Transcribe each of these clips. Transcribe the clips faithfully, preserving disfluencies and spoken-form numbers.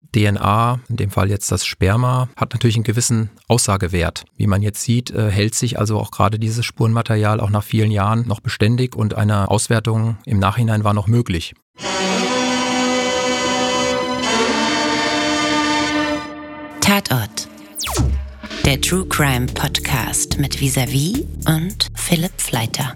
D N A, in dem Fall jetzt das Sperma, hat natürlich einen gewissen Aussagewert. Wie man jetzt sieht, hält sich also auch gerade dieses Spurenmaterial auch nach vielen Jahren noch beständig und eine Auswertung im Nachhinein war noch möglich. Tatort. Der True Crime Podcast mit Vis-a-vis und Philipp Fleiter.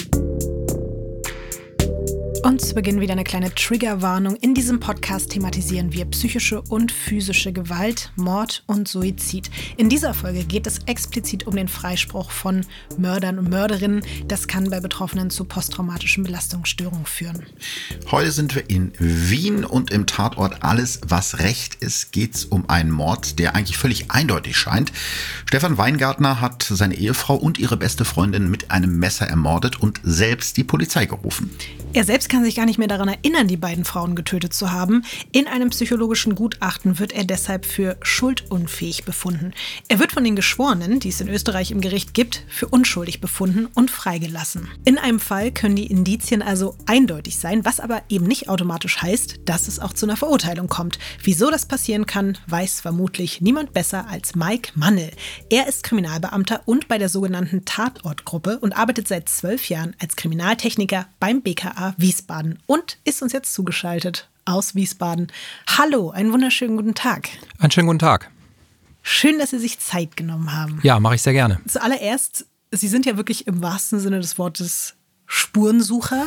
Und zu Beginn wieder eine kleine Triggerwarnung. In diesem Podcast thematisieren wir psychische und physische Gewalt, Mord und Suizid. In dieser Folge geht es explizit um den Freispruch von Mördern und Mörderinnen. Das kann bei Betroffenen zu posttraumatischen Belastungsstörungen führen. Heute sind wir in Wien und im Tatort Alles, was Recht ist, geht es um einen Mord, der eigentlich völlig eindeutig scheint. Stefan Weingartner hat seine Ehefrau und ihre beste Freundin mit einem Messer ermordet und selbst die Polizei gerufen. Er selbst kann sich gar nicht mehr daran erinnern, die beiden Frauen getötet zu haben. In einem psychologischen Gutachten wird er deshalb für schuldunfähig befunden. Er wird von den Geschworenen, die es in Österreich im Gericht gibt, für unschuldig befunden und freigelassen. In einem Fall können die Indizien also eindeutig sein, was aber eben nicht automatisch heißt, dass es auch zu einer Verurteilung kommt. Wieso das passieren kann, weiß vermutlich niemand besser als Mike Mannel. Er ist Kriminalbeamter und bei der sogenannten Tatortgruppe und arbeitet seit zwölf Jahren als Kriminaltechniker beim B K A Wiesbaden und ist uns jetzt zugeschaltet aus Wiesbaden. Hallo, einen wunderschönen guten Tag. Einen schönen guten Tag. Schön, dass Sie sich Zeit genommen haben. Ja, mache ich sehr gerne. Zuallererst, Sie sind ja wirklich im wahrsten Sinne des Wortes Spurensucher.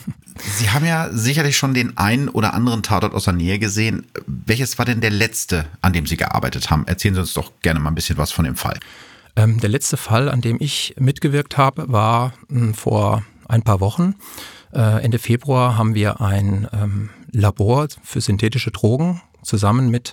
Sie haben ja sicherlich schon den einen oder anderen Tatort aus der Nähe gesehen. Welches war denn der letzte, an dem Sie gearbeitet haben? Erzählen Sie uns doch gerne mal ein bisschen was von dem Fall. Ähm, der letzte Fall, an dem ich mitgewirkt habe, war mh, vor ein paar Wochen. Äh, Ende Februar haben wir ein ähm, Labor für synthetische Drogen zusammen mit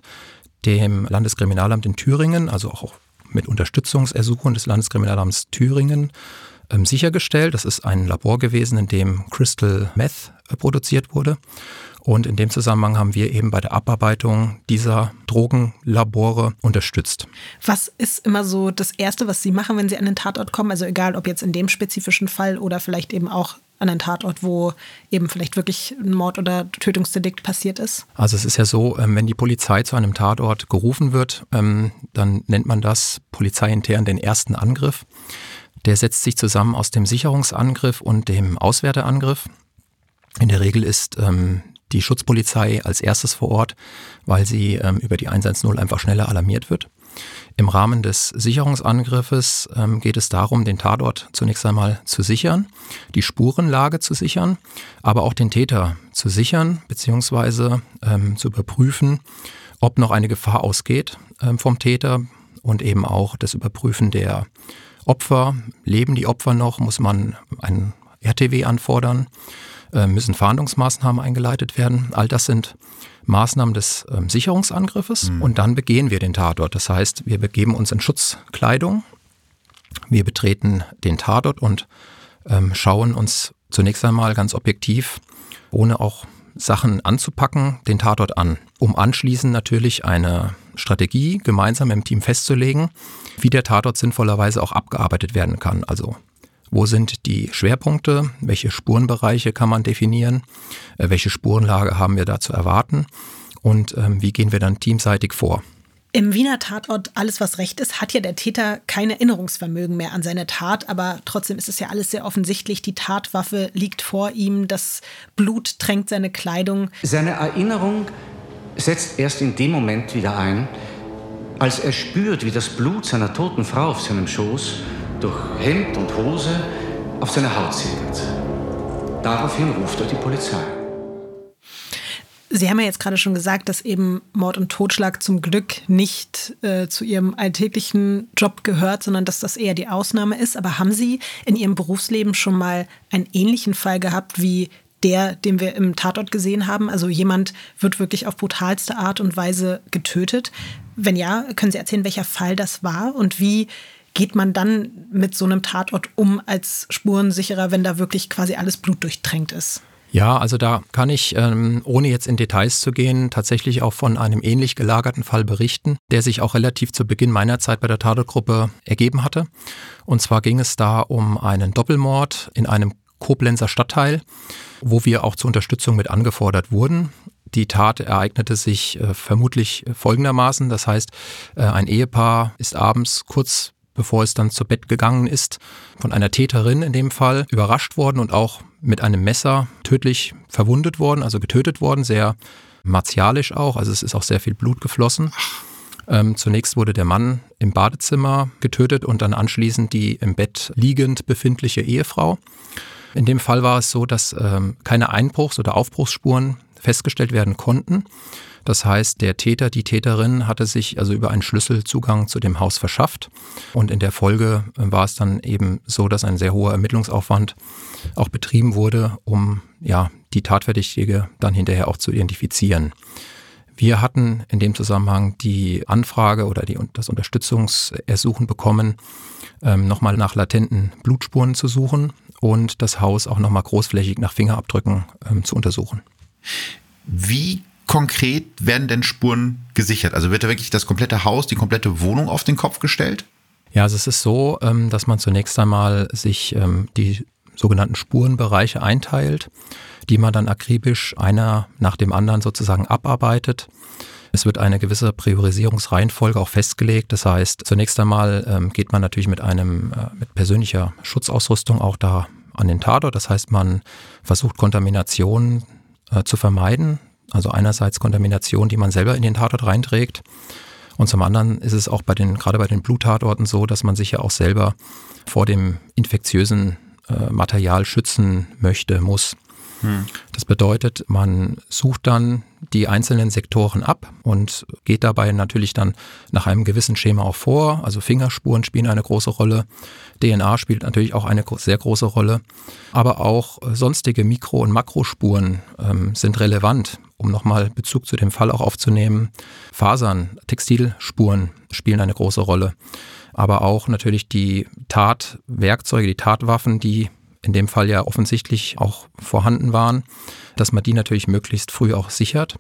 dem Landeskriminalamt in Thüringen, also auch mit Unterstützungsersuchen des Landeskriminalamts Thüringen, ähm, sichergestellt. Das ist ein Labor gewesen, in dem Crystal Meth äh, produziert wurde. Und in dem Zusammenhang haben wir eben bei der Abarbeitung dieser Drogenlabore unterstützt. Was ist immer so das Erste, was Sie machen, wenn Sie an den Tatort kommen? Also egal, ob jetzt in dem spezifischen Fall oder vielleicht eben auch an einen Tatort, wo eben vielleicht wirklich ein Mord- oder Tötungsdelikt passiert ist? Also es ist ja so, wenn die Polizei zu einem Tatort gerufen wird, dann nennt man das polizeiintern den ersten Angriff. Der setzt sich zusammen aus dem Sicherungsangriff und dem Auswerteangriff. In der Regel ist die Schutzpolizei als erstes vor Ort, weil sie ähm, über die eins eins null einfach schneller alarmiert wird. Im Rahmen des Sicherungsangriffes ähm, geht es darum, den Tatort zunächst einmal zu sichern, die Spurenlage zu sichern, aber auch den Täter zu sichern bzw. Ähm, zu überprüfen, ob noch eine Gefahr ausgeht ähm, vom Täter und eben auch das Überprüfen der Opfer. Leben die Opfer noch? Muss man einen R T W anfordern? Müssen Fahndungsmaßnahmen eingeleitet werden. All das sind Maßnahmen des ähm, Sicherungsangriffes mhm. und dann begehen wir den Tatort. Das heißt, wir begeben uns in Schutzkleidung, wir betreten den Tatort und ähm, schauen uns zunächst einmal ganz objektiv, ohne auch Sachen anzupacken, den Tatort an, um anschließend natürlich eine Strategie gemeinsam im Team festzulegen, wie der Tatort sinnvollerweise auch abgearbeitet werden kann. Also wo sind die Schwerpunkte? Welche Spurenbereiche kann man definieren? Äh, welche Spurenlage haben wir da zu erwarten? Und ähm, wie gehen wir dann teamseitig vor? Im Wiener Tatort Alles, was Recht ist, hat ja der Täter kein Erinnerungsvermögen mehr an seine Tat, aber trotzdem ist es ja alles sehr offensichtlich. Die Tatwaffe liegt vor ihm, das Blut tränkt seine Kleidung. Seine Erinnerung setzt erst in dem Moment wieder ein, als er spürt, wie das Blut seiner toten Frau auf seinem Schoß durch Hemd und Hose auf seine Haut sickert. Daraufhin ruft er die Polizei. Sie haben ja jetzt gerade schon gesagt, dass eben Mord und Totschlag zum Glück nicht äh, zu Ihrem alltäglichen Job gehört, sondern dass das eher die Ausnahme ist. Aber haben Sie in Ihrem Berufsleben schon mal einen ähnlichen Fall gehabt wie der, den wir im Tatort gesehen haben? Also jemand wird wirklich auf brutalste Art und Weise getötet. Wenn ja, können Sie erzählen, welcher Fall das war und wie geht man dann mit so einem Tatort um als Spurensicherer, wenn da wirklich quasi alles blutdurchtränkt ist? Ja, also da kann ich, ähm, ohne jetzt in Details zu gehen, tatsächlich auch von einem ähnlich gelagerten Fall berichten, der sich auch relativ zu Beginn meiner Zeit bei der Tatortgruppe ergeben hatte. Und zwar ging es da um einen Doppelmord in einem Koblenzer Stadtteil, wo wir auch zur Unterstützung mit angefordert wurden. Die Tat ereignete sich äh, vermutlich folgendermaßen. Das heißt, äh, ein Ehepaar ist abends kurz bevor es dann zu Bett gegangen ist, von einer Täterin in dem Fall überrascht worden und auch mit einem Messer tödlich verwundet worden, also getötet worden, sehr martialisch auch, also es ist auch sehr viel Blut geflossen. Ähm, zunächst wurde der Mann im Badezimmer getötet und dann anschließend die im Bett liegend befindliche Ehefrau. In dem Fall war es so, dass ähm, keine Einbruchs- oder Aufbruchsspuren festgestellt werden konnten. Das heißt, der Täter, die Täterin hatte sich also über einen Schlüssel Zugang zu dem Haus verschafft. Und in der Folge war es dann eben so, dass ein sehr hoher Ermittlungsaufwand auch betrieben wurde, um ja die Tatverdächtige dann hinterher auch zu identifizieren. Wir hatten in dem Zusammenhang die Anfrage oder die, das Unterstützungsersuchen bekommen, ähm, nochmal nach latenten Blutspuren zu suchen und das Haus auch nochmal großflächig nach Fingerabdrücken ähm, zu untersuchen. Wie konkret werden denn Spuren gesichert? Also wird da wirklich das komplette Haus, die komplette Wohnung auf den Kopf gestellt? Ja, also es ist so, dass man zunächst einmal sich die sogenannten Spurenbereiche einteilt, die man dann akribisch einer nach dem anderen sozusagen abarbeitet. Es wird eine gewisse Priorisierungsreihenfolge auch festgelegt. Das heißt, zunächst einmal geht man natürlich mit einem mit persönlicher Schutzausrüstung auch da an den Tatort. Das heißt, man versucht Kontamination zu vermeiden. Also einerseits Kontamination, die man selber in den Tatort reinträgt, und zum anderen ist es auch bei den, gerade bei den Bluttatorten so, dass man sich ja auch selber vor dem infektiösen äh, Material schützen möchte, muss. Hm. Das bedeutet, man sucht dann die einzelnen Sektoren ab und geht dabei natürlich dann nach einem gewissen Schema auch vor. Also Fingerspuren spielen eine große Rolle, D N A spielt natürlich auch eine sehr große Rolle, aber auch sonstige Mikro- und Makrospuren ähm, sind relevant, um nochmal Bezug zu dem Fall auch aufzunehmen. Fasern, Textilspuren spielen eine große Rolle, aber auch natürlich die Tatwerkzeuge, die Tatwaffen, die in dem Fall ja offensichtlich auch vorhanden waren, dass man die natürlich möglichst früh auch sichert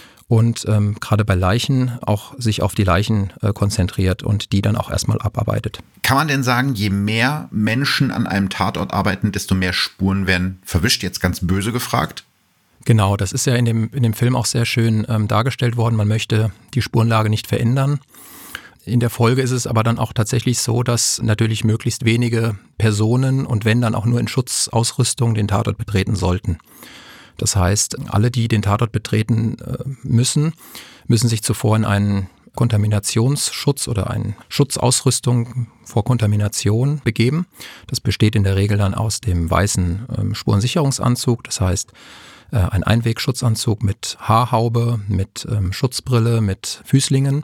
und ähm, gerade bei Leichen auch sich auf die Leichen äh, konzentriert und die dann auch erstmal abarbeitet. Kann man denn sagen, je mehr Menschen an einem Tatort arbeiten, desto mehr Spuren werden verwischt? Jetzt ganz böse gefragt. Genau, das ist ja in dem, in dem Film auch sehr schön ähm, dargestellt worden. Man möchte die Spurenlage nicht verändern. In der Folge ist es aber dann auch tatsächlich so, dass natürlich möglichst wenige Personen und wenn dann auch nur in Schutzausrüstung den Tatort betreten sollten. Das heißt, alle, die den Tatort betreten müssen, müssen sich zuvor in einen Kontaminationsschutz oder eine Schutzausrüstung vor Kontamination begeben. Das besteht in der Regel dann aus dem weißen Spurensicherungsanzug, das heißt ein Einwegschutzanzug mit Haarhaube, mit Schutzbrille, mit Füßlingen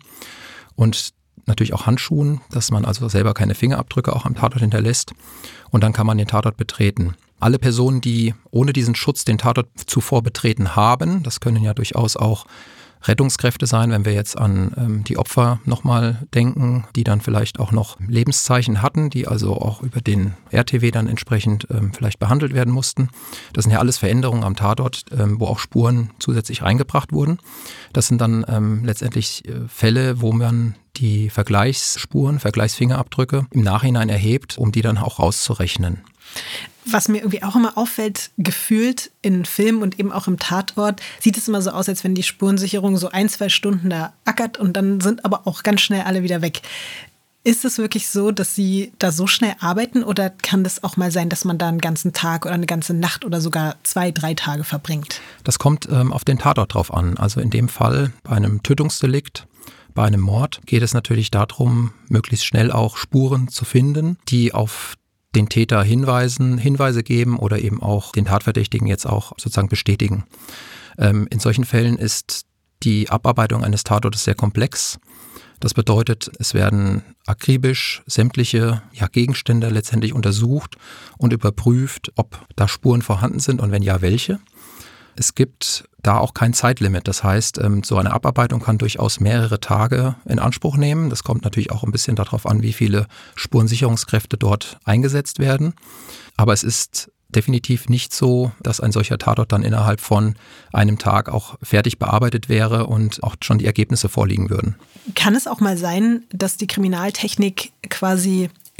und natürlich auch Handschuhen, dass man also selber keine Fingerabdrücke auch am Tatort hinterlässt und dann kann man den Tatort betreten. Alle Personen, die ohne diesen Schutz den Tatort zuvor betreten haben, das können ja durchaus auch Rettungskräfte sein, wenn wir jetzt an ähm, die Opfer nochmal denken, die dann vielleicht auch noch Lebenszeichen hatten, die also auch über den R T W dann entsprechend ähm, vielleicht behandelt werden mussten. Das sind ja alles Veränderungen am Tatort, ähm, wo auch Spuren zusätzlich reingebracht wurden. Das sind dann ähm, letztendlich äh, Fälle, wo man die Vergleichsspuren, Vergleichsfingerabdrücke im Nachhinein erhebt, um die dann auch rauszurechnen. Was mir irgendwie auch immer auffällt, gefühlt in Filmen und eben auch im Tatort, sieht es immer so aus, als wenn die Spurensicherung so ein, zwei Stunden da ackert und dann sind aber auch ganz schnell alle wieder weg. Ist es wirklich so, dass Sie da so schnell arbeiten oder kann das auch mal sein, dass man da einen ganzen Tag oder eine ganze Nacht oder sogar zwei, drei Tage verbringt? Das kommt ähm, auf den Tatort drauf an. Also in dem Fall bei einem Tötungsdelikt, bei einem Mord geht es natürlich darum, möglichst schnell auch Spuren zu finden, die auf den Täter hinweisen, Hinweise geben oder eben auch den Tatverdächtigen jetzt auch sozusagen bestätigen. Ähm, in solchen Fällen ist die Abarbeitung eines Tatortes sehr komplex. Das bedeutet, es werden akribisch sämtliche ja, Gegenstände letztendlich untersucht und überprüft, ob da Spuren vorhanden sind und wenn ja, welche. Es gibt da auch kein Zeitlimit. Das heißt, so eine Abarbeitung kann durchaus mehrere Tage in Anspruch nehmen. Das kommt natürlich auch ein bisschen darauf an, wie viele Spurensicherungskräfte dort eingesetzt werden. Aber es ist definitiv nicht so, dass ein solcher Tatort dann innerhalb von einem Tag auch fertig bearbeitet wäre und auch schon die Ergebnisse vorliegen würden. Kann es auch mal sein, dass die Kriminaltechnik quasi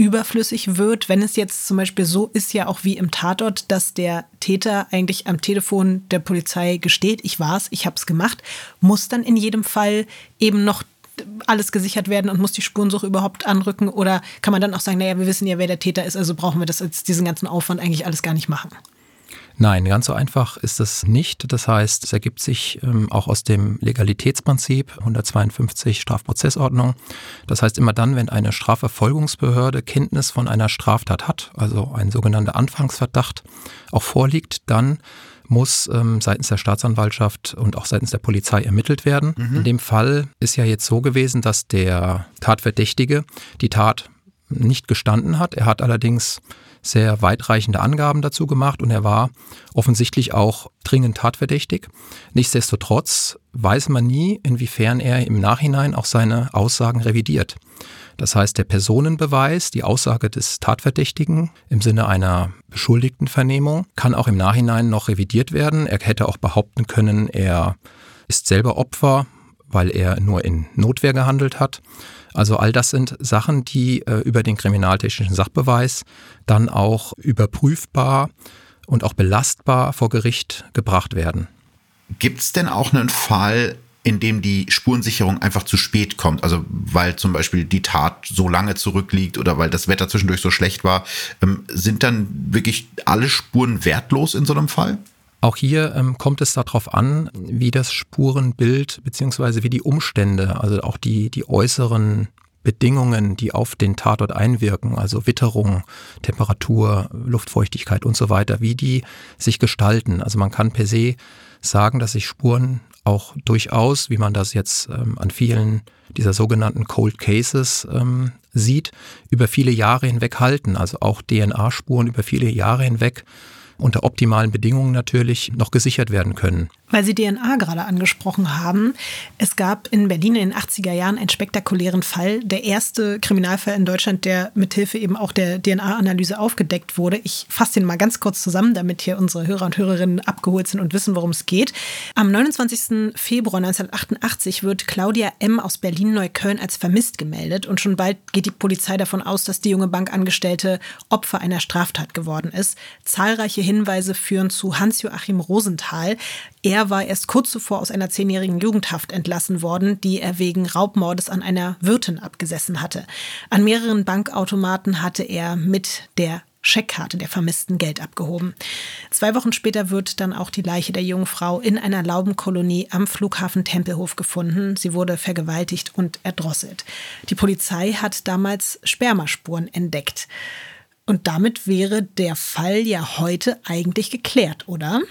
überflüssig wird, wenn es jetzt zum Beispiel so ist, ja auch wie im Tatort, dass der Täter eigentlich am Telefon der Polizei gesteht, ich war's, ich hab's gemacht, muss dann in jedem Fall eben noch alles gesichert werden und muss die Spurensuche überhaupt anrücken? Oder kann man dann auch sagen, naja, wir wissen ja, wer der Täter ist, also brauchen wir das jetzt diesen ganzen Aufwand eigentlich alles gar nicht machen? Nein, ganz so einfach ist es nicht. Das heißt, es ergibt sich ähm, auch aus dem Legalitätsprinzip hundertzweiundfünfzig Strafprozessordnung. Das heißt, immer dann, wenn eine Strafverfolgungsbehörde Kenntnis von einer Straftat hat, also ein sogenannter Anfangsverdacht auch vorliegt, dann muss ähm, seitens der Staatsanwaltschaft und auch seitens der Polizei ermittelt werden. Mhm. In dem Fall ist ja jetzt so gewesen, dass der Tatverdächtige die Tat nicht gestanden hat. Er hat allerdings sehr weitreichende Angaben dazu gemacht und er war offensichtlich auch dringend tatverdächtig. Nichtsdestotrotz weiß man nie, inwiefern er im Nachhinein auch seine Aussagen revidiert. Das heißt, der Personenbeweis, die Aussage des Tatverdächtigen im Sinne einer Beschuldigtenvernehmung, kann auch im Nachhinein noch revidiert werden. Er hätte auch behaupten können, er ist selber Opfer, weil er nur in Notwehr gehandelt hat. Also all das sind Sachen, die äh, über den kriminaltechnischen Sachbeweis dann auch überprüfbar und auch belastbar vor Gericht gebracht werden. Gibt es denn auch einen Fall, in dem die Spurensicherung einfach zu spät kommt? Also weil zum Beispiel die Tat so lange zurückliegt oder weil das Wetter zwischendurch so schlecht war. Ähm, sind dann wirklich alle Spuren wertlos in so einem Fall? Auch hier ähm, kommt es darauf an, wie das Spurenbild bzw. wie die Umstände, also auch die, die äußeren Bedingungen, die auf den Tatort einwirken, also Witterung, Temperatur, Luftfeuchtigkeit und so weiter, wie die sich gestalten. Also man kann per se sagen, dass sich Spuren auch durchaus, wie man das jetzt ähm, an vielen dieser sogenannten Cold Cases ähm, sieht, über viele Jahre hinweg halten. Also auch D N A-Spuren über viele Jahre hinweg unter optimalen Bedingungen natürlich noch gesichert werden können. Weil Sie D N A gerade angesprochen haben, es gab in Berlin in den achtziger Jahren einen spektakulären Fall, der erste Kriminalfall in Deutschland, der mithilfe eben auch der D N A-Analyse aufgedeckt wurde. Ich fasse den mal ganz kurz zusammen, damit hier unsere Hörer und Hörerinnen abgeholt sind und wissen, worum es geht. Am neunundzwanzigsten Februar neunzehnhundertachtundachtzig wird Claudia M. aus Berlin-Neukölln als vermisst gemeldet und schon bald geht die Polizei davon aus, dass die junge Bankangestellte Opfer einer Straftat geworden ist. Zahlreiche Hinweise führen zu Hans-Joachim Rosenthal. Er war erst kurz zuvor aus einer zehnjährigen Jugendhaft entlassen worden, die er wegen Raubmordes an einer Wirtin abgesessen hatte. An mehreren Bankautomaten hatte er mit der Scheckkarte der Vermissten Geld abgehoben. Zwei Wochen später wird dann auch die Leiche der jungen Frau in einer Laubenkolonie am Flughafen Tempelhof gefunden. Sie wurde vergewaltigt und erdrosselt. Die Polizei hat damals Spermaspuren entdeckt. Und damit wäre der Fall ja heute eigentlich geklärt, oder?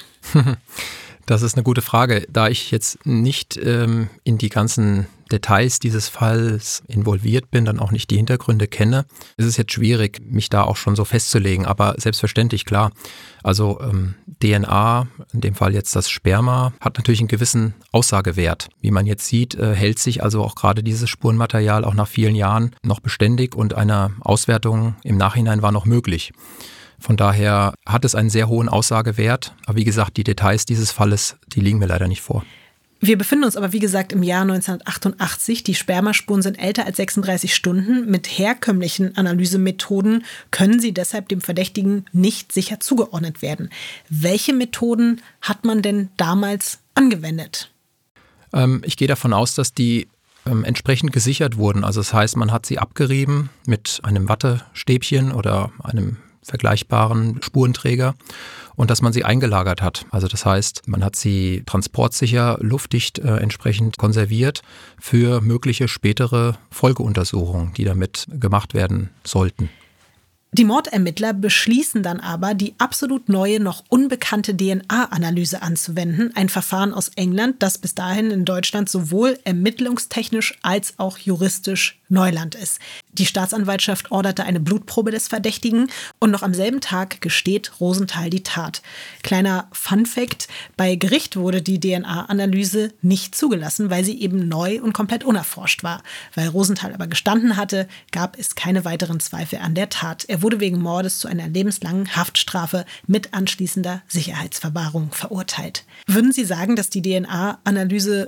Das ist eine gute Frage. Da ich jetzt nicht ähm, in die ganzen Details dieses Falls involviert bin, dann auch nicht die Hintergründe kenne, ist es jetzt schwierig, mich da auch schon so festzulegen. Aber selbstverständlich, klar. Also ähm, D N A, in dem Fall jetzt das Sperma, hat natürlich einen gewissen Aussagewert. Wie man jetzt sieht, äh, hält sich also auch gerade dieses Spurenmaterial auch nach vielen Jahren noch beständig und eine Auswertung im Nachhinein war noch möglich. Von daher hat es einen sehr hohen Aussagewert. Aber wie gesagt, die Details dieses Falles, die liegen mir leider nicht vor. Wir befinden uns aber, wie gesagt, im Jahr neunzehnhundertachtundachtzig. Die Spermaspuren sind älter als sechsunddreißig Stunden. Mit herkömmlichen Analysemethoden können sie deshalb dem Verdächtigen nicht sicher zugeordnet werden. Welche Methoden hat man denn damals angewendet? Ähm, ich gehe davon aus, dass die ähm, entsprechend gesichert wurden. Also das heißt, man hat sie abgerieben mit einem Wattestäbchen oder einem vergleichbaren Spurenträger und dass man sie eingelagert hat. Also das heißt, man hat sie transportsicher, luftdicht äh, entsprechend konserviert für mögliche spätere Folgeuntersuchungen, die damit gemacht werden sollten. Die Mordermittler beschließen dann aber, die absolut neue, noch unbekannte D N A-Analyse anzuwenden. Ein Verfahren aus England, das bis dahin in Deutschland sowohl ermittlungstechnisch als auch juristisch Neuland ist. Die Staatsanwaltschaft orderte eine Blutprobe des Verdächtigen und noch am selben Tag gesteht Rosenthal die Tat. Kleiner Funfact: Bei Gericht wurde die D N A-Analyse nicht zugelassen, weil sie eben neu und komplett unerforscht war. Weil Rosenthal aber gestanden hatte, gab es keine weiteren Zweifel an der Tat. Er wurde wegen Mordes zu einer lebenslangen Haftstrafe mit anschließender Sicherheitsverwahrung verurteilt. Würden Sie sagen, dass die D N A-Analyse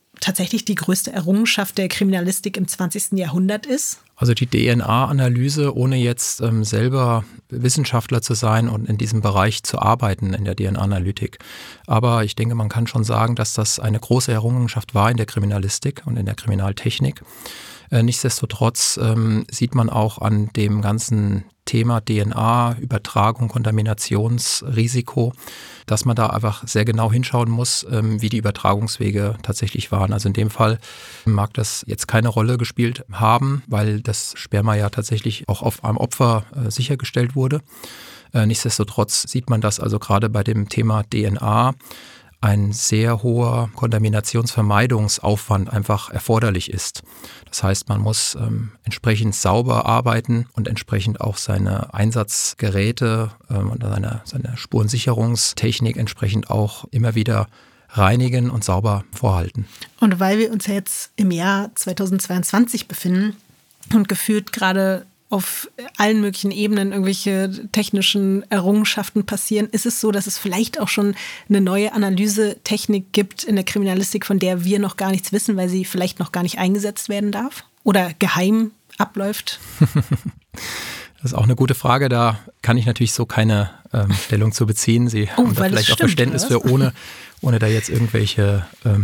tatsächlich die größte Errungenschaft der Kriminalistik im zwanzigsten Jahrhundert ist? Also die D N A-Analyse, ohne jetzt ähm, selber Wissenschaftler zu sein und in diesem Bereich zu arbeiten, in der D N A-Analytik. Aber ich denke, man kann schon sagen, dass das eine große Errungenschaft war in der Kriminalistik und in der Kriminaltechnik. Äh, nichtsdestotrotz ähm, sieht man auch an dem ganzen Thema D N A, Übertragung, Kontaminationsrisiko, dass man da einfach sehr genau hinschauen muss, ähm, wie die Übertragungswege tatsächlich waren. Also in dem Fall mag das jetzt keine Rolle gespielt haben, weil das Sperma ja tatsächlich auch auf einem Opfer äh, sichergestellt wurde. Äh, nichtsdestotrotz sieht man das also gerade bei dem Thema D N A, ein sehr hoher Kontaminationsvermeidungsaufwand einfach erforderlich ist. Das heißt, man muss ähm, entsprechend sauber arbeiten und entsprechend auch seine Einsatzgeräte ähm, und seine, seine Spurensicherungstechnik entsprechend auch immer wieder reinigen und sauber vorhalten. Und weil wir uns ja jetzt im Jahr zweitausendzweiundzwanzig befinden und gefühlt gerade auf allen möglichen Ebenen irgendwelche technischen Errungenschaften passieren, ist es so, dass es vielleicht auch schon eine neue Analysetechnik gibt in der Kriminalistik, von der wir noch gar nichts wissen, weil sie vielleicht noch gar nicht eingesetzt werden darf oder geheim abläuft? Das ist auch eine gute Frage. Da kann ich natürlich so keine ähm, Stellung zu beziehen. Sie oh, haben da vielleicht auch Verständnis für, ohne, ohne da jetzt irgendwelche ähm,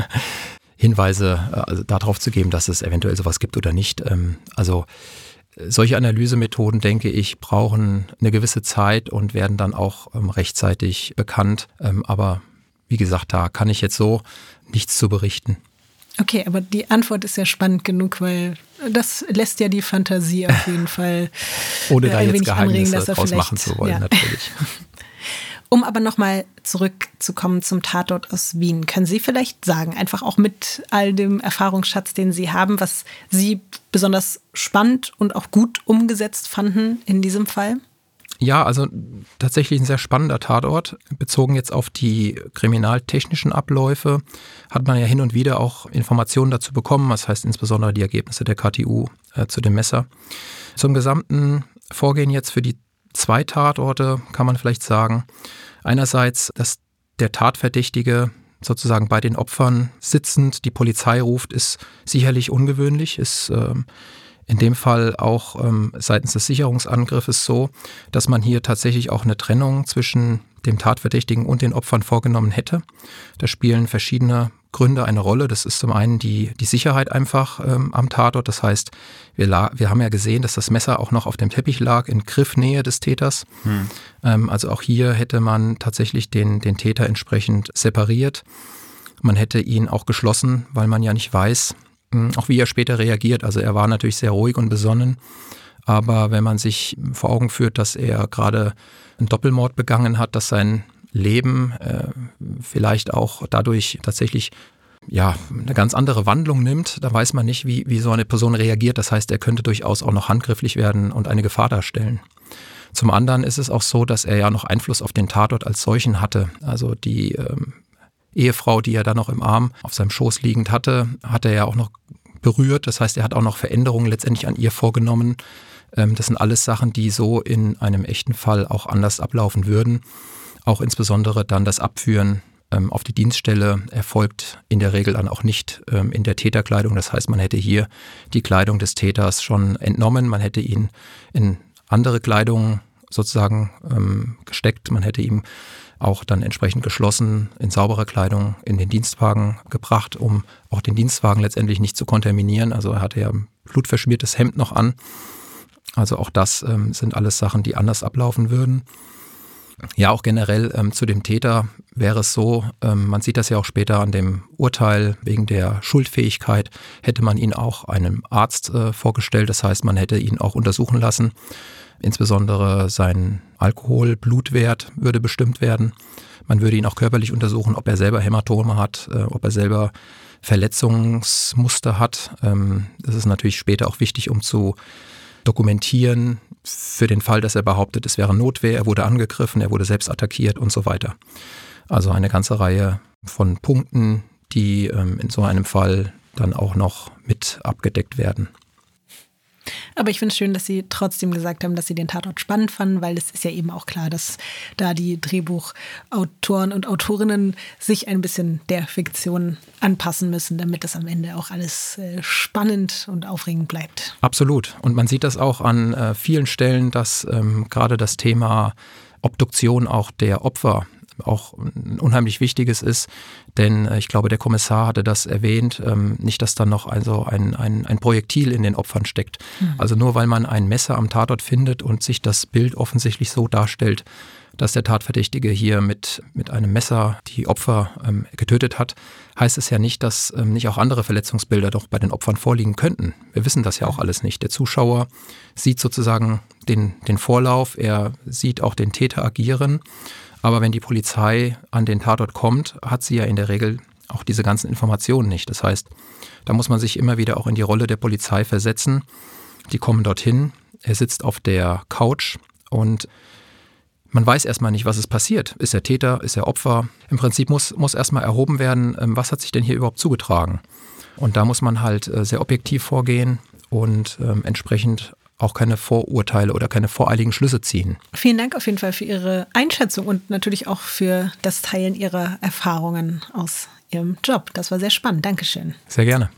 Hinweise äh, also darauf zu geben, dass es eventuell sowas gibt oder nicht. Ähm, also solche Analysemethoden, denke ich, brauchen eine gewisse Zeit und werden dann auch ähm, rechtzeitig bekannt. Ähm, aber wie gesagt, da kann ich jetzt so nichts zu berichten. Okay, aber die Antwort ist ja spannend genug, weil das lässt ja die Fantasie auf jeden Fall ohne äh, da ein jetzt wenig Geheimnisse anregen, draus machen zu wollen, ja. natürlich. Um aber nochmal zurückzukommen zum Tatort aus Wien, können Sie vielleicht sagen, einfach auch mit all dem Erfahrungsschatz, den Sie haben, was Sie besonders spannend und auch gut umgesetzt fanden in diesem Fall? Ja, also tatsächlich ein sehr spannender Tatort. Bezogen jetzt auf die kriminaltechnischen Abläufe hat man ja hin und wieder auch Informationen dazu bekommen, das heißt insbesondere die Ergebnisse der K T U äh, zu dem Messer. Zum gesamten Vorgehen jetzt für die zwei Tatorte kann man vielleicht sagen, einerseits, dass der Tatverdächtige sozusagen bei den Opfern sitzend die Polizei ruft, ist sicherlich ungewöhnlich, ist ähm, in dem Fall auch ähm, seitens des Sicherungsangriffes so, dass man hier tatsächlich auch eine Trennung zwischen dem Tatverdächtigen und den Opfern vorgenommen hätte. Da spielen verschiedene Gründe eine Rolle. Das ist zum einen die, die Sicherheit einfach ähm, am Tatort. Das heißt, wir, la- wir haben ja gesehen, dass das Messer auch noch auf dem Teppich lag, in Griffnähe des Täters. Hm. Ähm, also auch hier hätte man tatsächlich den, den Täter entsprechend separiert. Man hätte ihn auch geschlossen, weil man ja nicht weiß, mh, auch wie er später reagiert. Also er war natürlich sehr ruhig und besonnen. Aber wenn man sich vor Augen führt, dass er gerade einen Doppelmord begangen hat, dass sein Leben äh, vielleicht auch dadurch tatsächlich ja, eine ganz andere Wandlung nimmt, da weiß man nicht, wie, wie so eine Person reagiert. Das heißt, er könnte durchaus auch noch handgrifflich werden und eine Gefahr darstellen. Zum anderen ist es auch so, dass er ja noch Einfluss auf den Tatort als solchen hatte. Also die ähm, Ehefrau, die er da noch im Arm auf seinem Schoß liegend hatte, hat er ja auch noch berührt. Das heißt, er hat auch noch Veränderungen letztendlich an ihr vorgenommen. Ähm, das sind alles Sachen, die so in einem echten Fall auch anders ablaufen würden. Auch insbesondere dann das Abführen ähm, auf die Dienststelle erfolgt in der Regel dann auch nicht ähm, in der Täterkleidung. Das heißt, man hätte hier die Kleidung des Täters schon entnommen. Man hätte ihn in andere Kleidung sozusagen ähm, gesteckt. Man hätte ihm auch dann entsprechend geschlossen in saubere Kleidung in den Dienstwagen gebracht, um auch den Dienstwagen letztendlich nicht zu kontaminieren. Also er hatte ja ein blutverschmiertes Hemd noch an. Also auch das ähm, sind alles Sachen, die anders ablaufen würden. Ja, auch generell ähm, zu dem Täter wäre es so, ähm, man sieht das ja auch später an dem Urteil, wegen der Schuldfähigkeit hätte man ihn auch einem Arzt äh, vorgestellt. Das heißt, man hätte ihn auch untersuchen lassen. Insbesondere sein Alkoholblutwert würde bestimmt werden. Man würde ihn auch körperlich untersuchen, ob er selber Hämatome hat, äh, ob er selber Verletzungsmuster hat. Ähm, das ist natürlich später auch wichtig, um zu dokumentieren, für den Fall, dass er behauptet, es wäre Notwehr, er wurde angegriffen, er wurde selbst attackiert und so weiter. Also eine ganze Reihe von Punkten, die ähm, in so einem Fall dann auch noch mit abgedeckt werden. Aber ich finde es schön, dass Sie trotzdem gesagt haben, dass Sie den Tatort spannend fanden, weil es ist ja eben auch klar, dass da die Drehbuchautoren und Autorinnen sich ein bisschen der Fiktion anpassen müssen, damit das am Ende auch alles äh, spannend und aufregend bleibt. Absolut. Und man sieht das auch an äh, vielen Stellen, dass ähm, gerade das Thema Obduktion auch der Opfer auch ein unheimlich wichtiges ist, denn äh, ich glaube, der Kommissar hatte das erwähnt, ähm, nicht, dass dann noch also ein, ein, ein Projektil in den Opfern steckt. Mhm. Also nur weil man ein Messer am Tatort findet und sich das Bild offensichtlich so darstellt, dass der Tatverdächtige hier mit, mit einem Messer die Opfer ähm, getötet hat, heißt es ja nicht, dass ähm, nicht auch andere Verletzungsbilder doch bei den Opfern vorliegen könnten. Wir wissen das ja auch alles nicht. Der Zuschauer sieht sozusagen den, den Vorlauf, er sieht auch den Täter agieren. Aber wenn die Polizei an den Tatort kommt, hat sie ja in der Regel auch diese ganzen Informationen nicht. Das heißt, da muss man sich immer wieder auch in die Rolle der Polizei versetzen. Die kommen dorthin, er sitzt auf der Couch und man weiß erstmal nicht, was ist passiert. Ist er Täter, ist er Opfer? Im Prinzip muss, muss erstmal erhoben werden, was hat sich denn hier überhaupt zugetragen? Und da muss man halt sehr objektiv vorgehen und ähm, entsprechend auch keine Vorurteile oder keine voreiligen Schlüsse ziehen. Vielen Dank auf jeden Fall für Ihre Einschätzung und natürlich auch für das Teilen Ihrer Erfahrungen aus Ihrem Job. Das war sehr spannend. Dankeschön. Sehr gerne.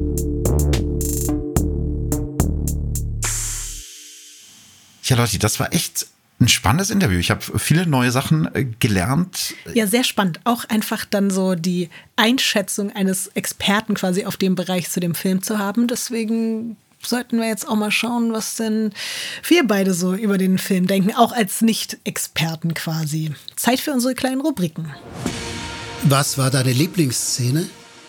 Ja, Leute, das war echt ein spannendes Interview. Ich habe viele neue Sachen gelernt. Ja, sehr spannend. Auch einfach dann so die Einschätzung eines Experten quasi auf dem Bereich zu dem Film zu haben. Deswegen sollten wir jetzt auch mal schauen, was denn wir beide so über den Film denken, auch als Nicht-Experten quasi. Zeit für unsere kleinen Rubriken. Was war deine Lieblingsszene?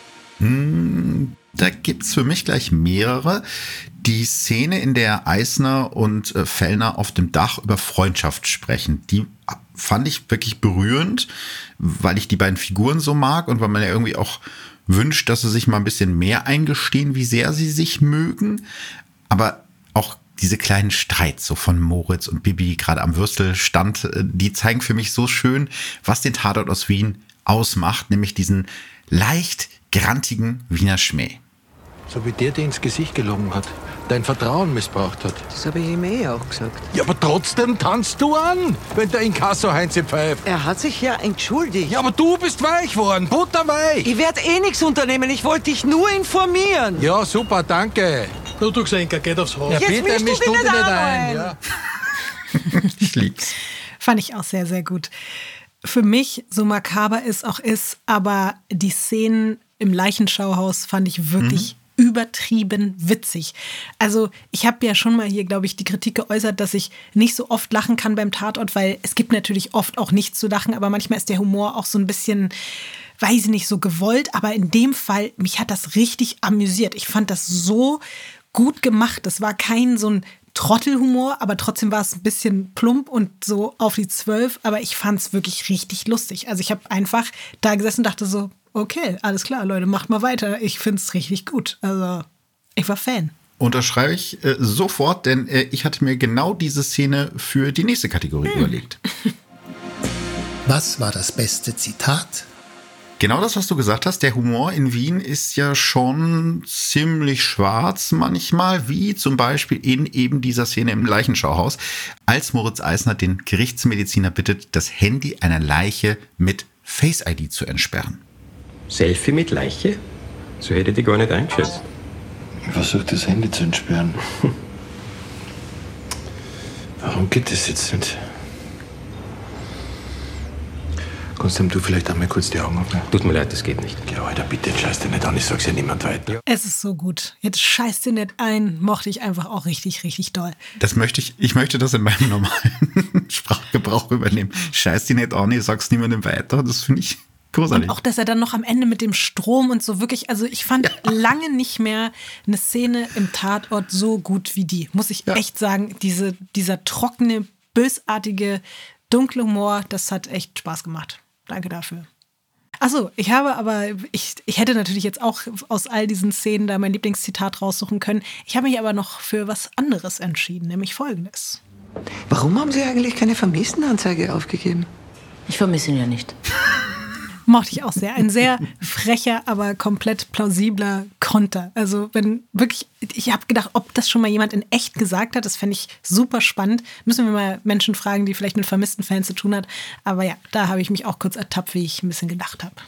Hm, da gibt's für mich gleich mehrere. Die Szene, in der Eisner und äh, Fellner auf dem Dach über Freundschaft sprechen, die fand ich wirklich berührend, weil ich die beiden Figuren so mag und weil man ja irgendwie auch wünscht, dass sie sich mal ein bisschen mehr eingestehen, wie sehr sie sich mögen. Aber auch diese kleinen Streits so von Moritz und Bibi gerade am Würstelstand, die zeigen für mich so schön, was den Tatort aus Wien ausmacht, nämlich diesen leicht grantigen Wiener Schmäh. So wie der dir ins Gesicht gelogen hat, dein Vertrauen missbraucht hat. Das habe ich ihm eh auch gesagt. Ja, aber trotzdem tanzt du an, wenn der Inkasso Heinze pfeift. Er hat sich ja entschuldigt. Ja, aber du bist weich worden, butterweich. Ich werde eh nichts unternehmen, ich wollte dich nur informieren. Ja, super, danke. Du, du Xenker, geht aufs Haus. Ja, Jetzt bitte, mischst misch du du dich dich nicht nicht ein. ein. Ja. Ich lieb's. Fand ich auch sehr, sehr gut. Für mich, so makaber es auch ist, aber die Szenen im Leichenschauhaus fand ich wirklich mhm. übertrieben witzig. Also ich habe ja schon mal hier, glaube ich, die Kritik geäußert, dass ich nicht so oft lachen kann beim Tatort, weil es gibt natürlich oft auch nichts zu lachen, aber manchmal ist der Humor auch so ein bisschen, weiß ich nicht, so gewollt. Aber in dem Fall, mich hat das richtig amüsiert. Ich fand das so gut gemacht. Das war kein so ein Trottelhumor, aber trotzdem war es ein bisschen plump und so auf die Zwölf. Aber ich fand es wirklich richtig lustig. Also ich habe einfach da gesessen und dachte so, okay, alles klar, Leute, macht mal weiter. Ich finde es richtig gut. Also ich war Fan. Unterschreibe ich äh, sofort, denn äh, ich hatte mir genau diese Szene für die nächste Kategorie hm. überlegt. Was war das beste Zitat? Genau das, was du gesagt hast. Der Humor in Wien ist ja schon ziemlich schwarz manchmal, wie zum Beispiel in eben dieser Szene im Leichenschauhaus, als Moritz Eisner den Gerichtsmediziner bittet, das Handy einer Leiche mit Face I D zu entsperren. Selfie mit Leiche? So hätte ich die gar nicht eingeschätzt. Ich versuche das Handy zu entsperren. Warum geht das jetzt nicht? Kannst du vielleicht einmal kurz die Augen aufmachen? Tut mir leid, das geht nicht. Ja, Alter, bitte scheiß dir nicht an, ich sag's ja niemand weiter. Es ist so gut. Jetzt scheiß dir nicht ein, mochte ich einfach auch richtig, richtig doll. Das möchte ich, ich möchte das in meinem normalen Sprachgebrauch übernehmen. Scheiß dir nicht an, ich sag's niemandem weiter, das finde ich großartig. Und auch, dass er dann noch am Ende mit dem Strom und so wirklich, also ich fand ja. lange nicht mehr eine Szene im Tatort so gut wie die. Muss ich ja. echt sagen, diese, dieser trockene, bösartige, dunkle Humor, das hat echt Spaß gemacht. Danke dafür. Achso, ich habe aber, ich, ich hätte natürlich jetzt auch aus all diesen Szenen da mein Lieblingszitat raussuchen können. Ich habe mich aber noch für was anderes entschieden, nämlich Folgendes. Warum haben Sie eigentlich keine Vermisstenanzeige aufgegeben? Ich vermisse ihn ja nicht. Mochte ich auch sehr. Ein sehr frecher, aber komplett plausibler Konter. Also wenn wirklich, ich habe gedacht, ob das schon mal jemand in echt gesagt hat, das fände ich super spannend. Müssen wir mal Menschen fragen, die vielleicht mit vermissten Fans zu tun hat. Aber ja, da habe ich mich auch kurz ertappt, wie ich ein bisschen gedacht habe.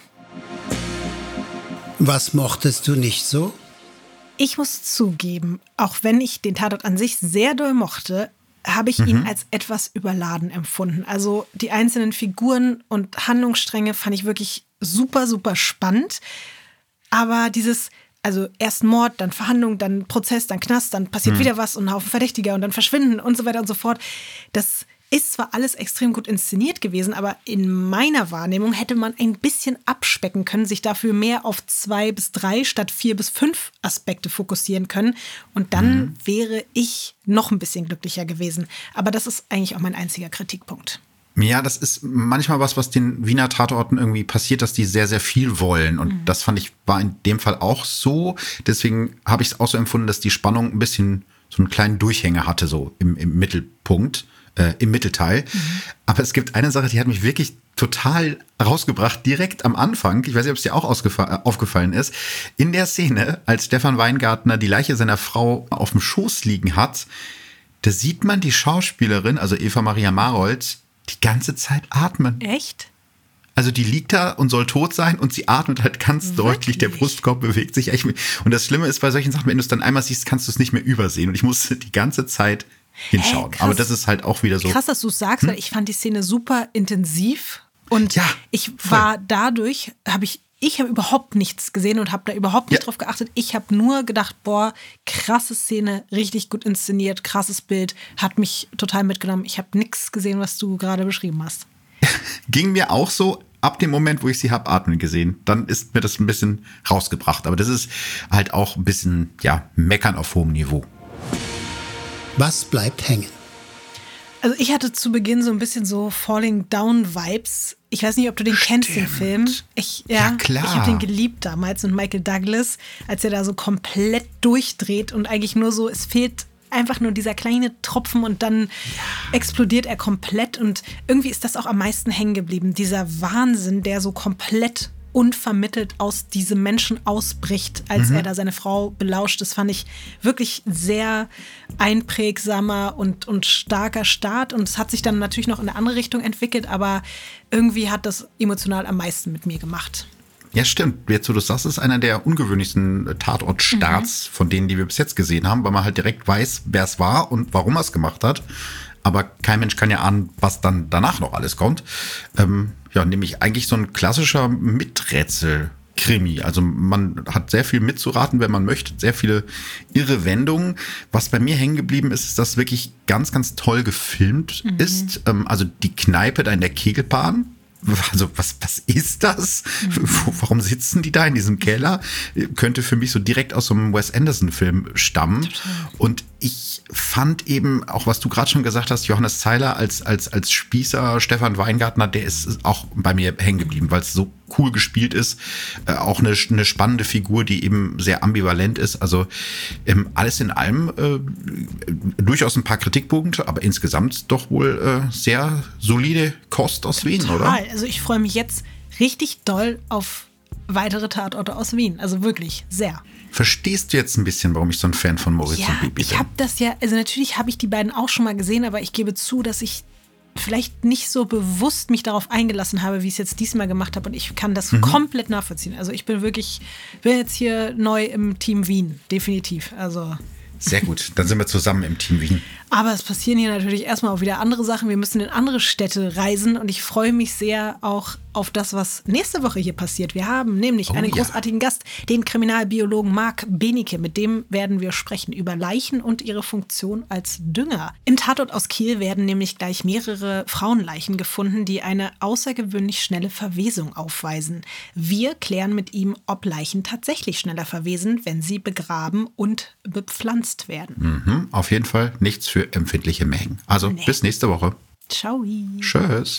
Was mochtest du nicht so? Ich muss zugeben, auch wenn ich den Tatort an sich sehr doll mochte, habe ich ihn mhm. als etwas überladen empfunden. Also die einzelnen Figuren und Handlungsstränge fand ich wirklich super, super spannend. Aber dieses, also erst Mord, dann Verhandlung, dann Prozess, dann Knast, dann passiert mhm. wieder was und ein Haufen Verdächtiger und dann verschwinden und so weiter und so fort. Das ist zwar alles extrem gut inszeniert gewesen, aber in meiner Wahrnehmung hätte man ein bisschen abspecken können, sich dafür mehr auf zwei bis drei statt vier bis fünf Aspekte fokussieren können. Und dann mhm. wäre ich noch ein bisschen glücklicher gewesen. Aber das ist eigentlich auch mein einziger Kritikpunkt. Ja, das ist manchmal was, was den Wiener Tatorten irgendwie passiert, dass die sehr, sehr viel wollen. Und mhm. das fand ich, war in dem Fall auch so. Deswegen habe ich es auch so empfunden, dass die Spannung ein bisschen so einen kleinen Durchhänger hatte, so im, im Mittelpunkt. Äh, im Mittelteil. Mhm. Aber es gibt eine Sache, die hat mich wirklich total rausgebracht, direkt am Anfang. Ich weiß nicht, ob es dir auch ausgefa- aufgefallen ist. In der Szene, als Stefan Weingartner die Leiche seiner Frau auf dem Schoß liegen hat, da sieht man die Schauspielerin, also Eva Maria Marold, die ganze Zeit atmen. Echt? Also die liegt da und soll tot sein und sie atmet halt ganz Wirklich? deutlich. Der Brustkorb bewegt sich echt. Und das Schlimme ist bei solchen Sachen, wenn du es dann einmal siehst, kannst du es nicht mehr übersehen. Und ich musste die ganze Zeit hinschauen. Hey, aber das ist halt auch wieder so. Krass, dass du es sagst, hm? weil ich fand die Szene super intensiv und ja, ich war voll. dadurch, habe ich, ich habe überhaupt nichts gesehen und habe da überhaupt nicht ja. drauf geachtet. Ich habe nur gedacht, boah, krasse Szene, richtig gut inszeniert, krasses Bild, hat mich total mitgenommen. Ich habe nichts gesehen, was du gerade beschrieben hast. Ging mir auch so. Ab dem Moment, wo ich sie hab atmen gesehen, dann ist mir das ein bisschen rausgebracht. Aber das ist halt auch ein bisschen, ja, meckern auf hohem Niveau. Was bleibt hängen? Also ich hatte zu Beginn so ein bisschen so Falling Down Vibes. Ich weiß nicht, ob du den Stimmt. kennst, den Film. Ich, ja, ja klar. Ich habe den geliebt damals mit Michael Douglas, als er da so komplett durchdreht und eigentlich nur so, es fehlt einfach nur dieser kleine Tropfen und dann ja. explodiert er komplett. Und irgendwie ist das auch am meisten hängen geblieben. Dieser Wahnsinn, der so komplett unvermittelt aus diesem Menschen ausbricht, als mhm. er da seine Frau belauscht. Das fand ich wirklich sehr einprägsamer und, und starker Start. Und es hat sich dann natürlich noch in eine andere Richtung entwickelt, aber irgendwie hat das emotional am meisten mit mir gemacht. Ja, stimmt. Jetzt, wo du sagst, ist einer der ungewöhnlichsten Tatortstarts mhm. von denen, die wir bis jetzt gesehen haben, weil man halt direkt weiß, wer es war und warum er es gemacht hat. Aber kein Mensch kann ja ahnen, was dann danach noch alles kommt. Ähm, ja, nämlich eigentlich so ein klassischer Miträtsel-Krimi. Also man hat sehr viel mitzuraten, wenn man möchte. Sehr viele irre Wendungen. Was bei mir hängen geblieben ist, ist, dass wirklich ganz, ganz toll gefilmt mhm. ist. Ähm, also die Kneipe da in der Kegelbahn. Also was, was ist das? Mhm. Warum sitzen die da in diesem Keller? Könnte für mich so direkt aus so einem Wes Anderson-Film stammen. Total. Und ich fand eben, auch was du gerade schon gesagt hast, Johannes Zeiler als, als, als Spießer, Stefan Weingartner, der ist auch bei mir hängen geblieben, weil es so cool gespielt ist. Äh, auch eine, eine spannende Figur, die eben sehr ambivalent ist. Also ähm, alles in allem äh, durchaus ein paar Kritikpunkte, aber insgesamt doch wohl äh, sehr solide Kost aus Wien, Total. oder? Also ich freue mich jetzt richtig doll auf weitere Tatorte aus Wien. Also wirklich sehr. Verstehst du jetzt ein bisschen, warum ich so ein Fan von Moritz ja, und Bibi bin? Ich habe das ja, also natürlich habe ich die beiden auch schon mal gesehen, aber ich gebe zu, dass ich vielleicht nicht so bewusst mich darauf eingelassen habe, wie ich es jetzt diesmal gemacht habe. Und ich kann das mhm. komplett nachvollziehen. Also ich bin wirklich, bin jetzt hier neu im Team Wien, definitiv. Also sehr gut, dann sind wir zusammen im Team Wien. Aber es passieren hier natürlich erstmal auch wieder andere Sachen. Wir müssen in andere Städte reisen und ich freue mich sehr auch auf das, was nächste Woche hier passiert. Wir haben nämlich oh, einen ja. großartigen Gast, den Kriminalbiologen Marc Benecke. Mit dem werden wir sprechen über Leichen und ihre Funktion als Dünger. Im Tatort aus Kiel werden nämlich gleich mehrere Frauenleichen gefunden, die eine außergewöhnlich schnelle Verwesung aufweisen. Wir klären mit ihm, ob Leichen tatsächlich schneller verwesen, wenn sie begraben und bepflanzt werden. Mhm, auf jeden Fall nichts für empfindliche Mengen. Also nee. bis nächste Woche. Ciao. Tschüss.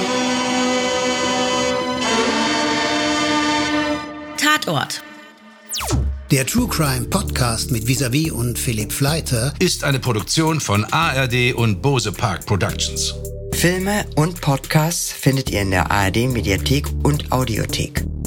Tatort. Der True Crime Podcast mit Vis-a-vis und Philipp Fleiter ist eine Produktion von A R D und Bose Park Productions. Filme und Podcasts findet ihr in der A R D Mediathek und Audiothek.